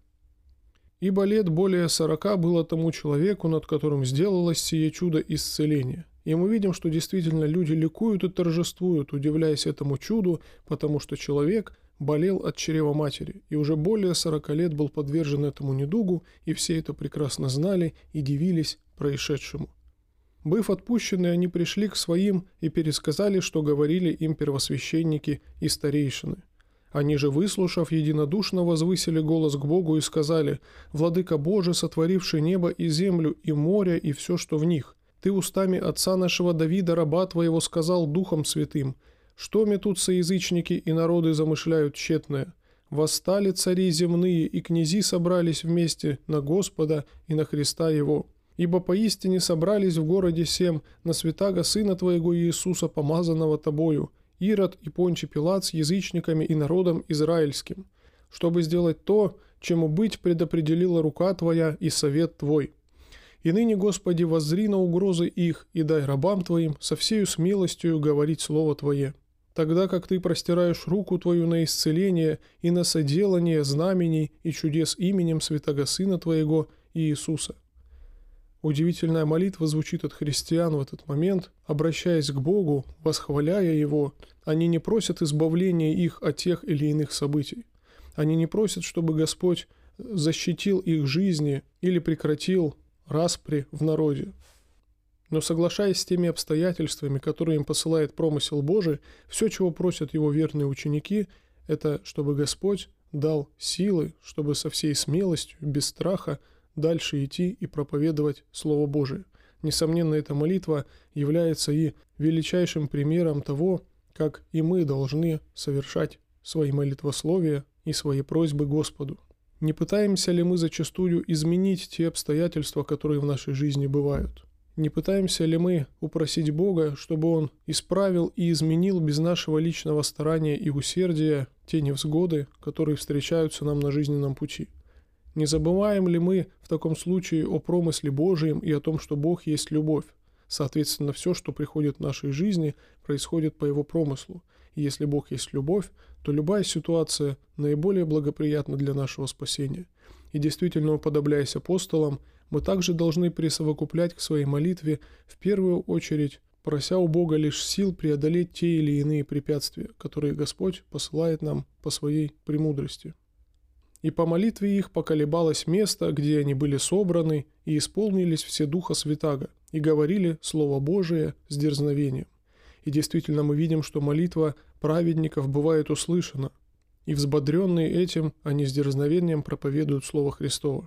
Ибо лет более сорока было тому человеку, над которым сделалось сие чудо исцеления. И мы видим, что действительно люди ликуют и торжествуют, удивляясь этому чуду, потому что человек болел от чрева матери, и уже более сорока лет был подвержен этому недугу, и все это прекрасно знали и дивились происшедшему. Быв отпущены, они пришли к своим и пересказали, что говорили им первосвященники и старейшины. Они же, выслушав, единодушно возвысили голос к Богу и сказали: «Владыка Боже, сотворивший небо и землю, и море, и все, что в них, Ты устами отца нашего Давида, раба Твоего, сказал Духом Святым: что метутся язычники и народы замышляют тщетное? Восстали цари земные, и князи собрались вместе на Господа и на Христа Его. Ибо поистине собрались в городе сем на святаго Сына Твоего Иисуса, помазанного Тобою, Ирод и Пончий Пилат с язычниками и народом израильским, чтобы сделать то, чему быть предопределила рука Твоя и совет Твой. И ныне, Господи, воззри на угрозы их, и дай рабам Твоим со всею смелостью говорить Слово Твое. Тогда как Ты простираешь руку Твою на исцеление и на соделание знамений и чудес именем святаго Сына Твоего Иисуса». Удивительная молитва звучит от христиан в этот момент, обращаясь к Богу, восхваляя Его. Они не просят избавления их от тех или иных событий. Они не просят, чтобы Господь защитил их жизни или прекратил распри в народе. Но соглашаясь с теми обстоятельствами, которые им посылает промысел Божий, все, чего просят Его верные ученики, это чтобы Господь дал силы, чтобы со всей смелостью, без страха, дальше идти и проповедовать Слово Божие. Несомненно, эта молитва является и величайшим примером того, как и мы должны совершать свои молитвословия и свои просьбы Господу. Не пытаемся ли мы зачастую изменить те обстоятельства, которые в нашей жизни бывают? Не пытаемся ли мы упросить Бога, чтобы Он исправил и изменил без нашего личного старания и усердия те невзгоды, которые встречаются нам на жизненном пути? Не забываем ли мы в таком случае о промысле Божьем и о том, что Бог есть любовь? Соответственно, все, что приходит в нашей жизни, происходит по Его промыслу. И если Бог есть любовь, то любая ситуация наиболее благоприятна для нашего спасения. И действительно, уподобляясь апостолам, мы также должны присовокуплять к своей молитве в первую очередь, прося у Бога лишь сил преодолеть те или иные препятствия, которые Господь посылает нам по своей премудрости. И по молитве их поколебалось место, где они были собраны, и исполнились все Духа Святаго, и говорили Слово Божие с дерзновением. И действительно мы видим, что молитва праведников бывает услышана, и взбодренные этим они с дерзновением проповедуют Слово Христово.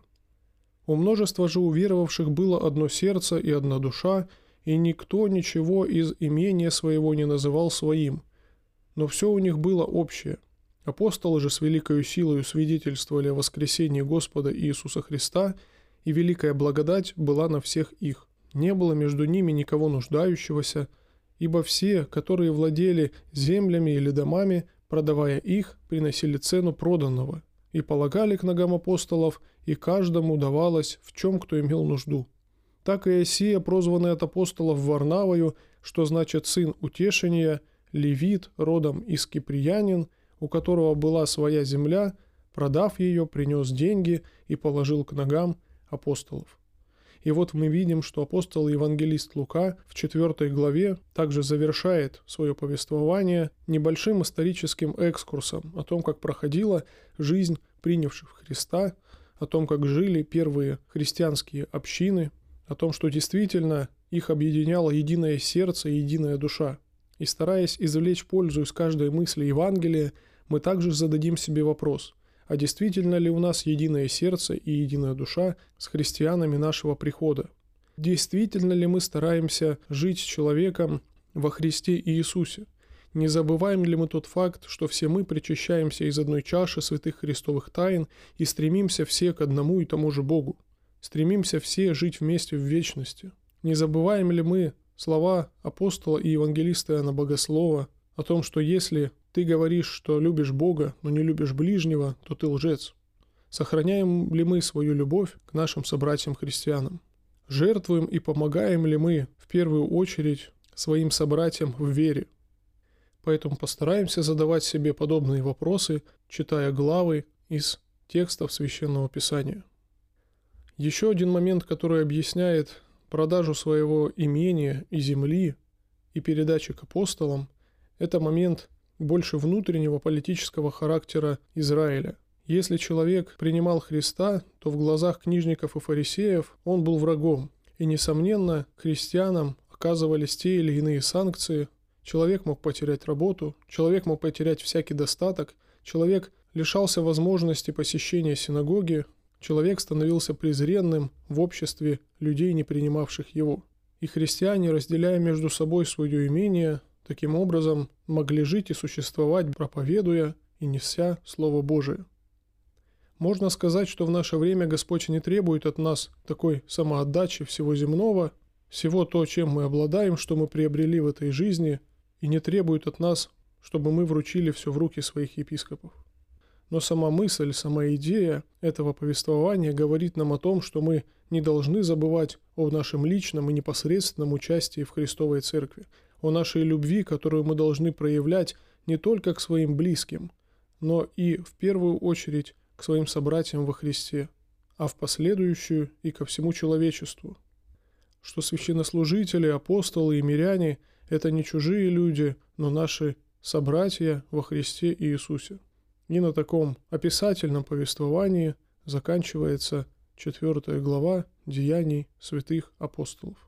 У множества же уверовавших было одно сердце и одна душа, и никто ничего из имения своего не называл своим, но все у них было общее. Апостолы же с великою силою свидетельствовали о воскресении Господа Иисуса Христа, и великая благодать была на всех их. Не было между ними никого нуждающегося, ибо все, которые владели землями или домами, продавая их, приносили цену проданного и полагали к ногам апостолов, и каждому давалось, в чем кто имел нужду. Так и Иосия, прозванный от апостолов Варнавою, что значит «сын утешения», левит, родом из Киприянин, у которого была своя земля, продав ее, принес деньги и положил к ногам апостолов. И вот мы видим, что апостол и евангелист Лука в четвёртой главе также завершает свое повествование небольшим историческим экскурсом о том, как проходила жизнь принявших Христа, о том, как жили первые христианские общины, о том, что действительно их объединяло единое сердце и единая душа. И стараясь извлечь пользу из каждой мысли Евангелия, мы также зададим себе вопрос – а действительно ли у нас единое сердце и единая душа с христианами нашего прихода? Действительно ли мы стараемся жить с человеком во Христе Иисусе? Не забываем ли мы тот факт, что все мы причащаемся из одной чаши святых христовых тайн и стремимся все к одному и тому же Богу? Стремимся все жить вместе в вечности? Не забываем ли мы слова апостола и евангелиста Иоанна Богослова о том, что если ты говоришь, что любишь Бога, но не любишь ближнего, то ты лжец? Сохраняем ли мы свою любовь к нашим собратьям-христианам? Жертвуем и помогаем ли мы, в первую очередь, своим собратьям в вере? Поэтому постараемся задавать себе подобные вопросы, читая главы из текстов Священного Писания. Еще один момент, который объясняет продажу своего имения и земли и передачи к апостолам, это момент больше внутреннего политического характера Израиля. Если человек принимал Христа, то в глазах книжников и фарисеев он был врагом, и, несомненно, христианам оказывались те или иные санкции. Человек мог потерять работу, человек мог потерять всякий достаток, человек лишался возможности посещения синагоги, человек становился презренным в обществе людей, не принимавших его. И христиане, разделяя между собой свое имение, таким образом могли жить и существовать, проповедуя и неся Слово Божие. Можно сказать, что в наше время Господь не требует от нас такой самоотдачи всего земного, всего то, чем мы обладаем, что мы приобрели в этой жизни, и не требует от нас, чтобы мы вручили все в руки своих епископов. Но сама мысль, сама идея этого повествования говорит нам о том, что мы не должны забывать о нашем личном и непосредственном участии в Христовой Церкви, о нашей любви, которую мы должны проявлять не только к своим близким, но и в первую очередь к своим собратьям во Христе, а в последующую и ко всему человечеству. Что священнослужители, апостолы и миряне – это не чужие люди, но наши собратья во Христе Иисусе. И на таком описательном повествовании заканчивается четвертая глава Деяний святых апостолов.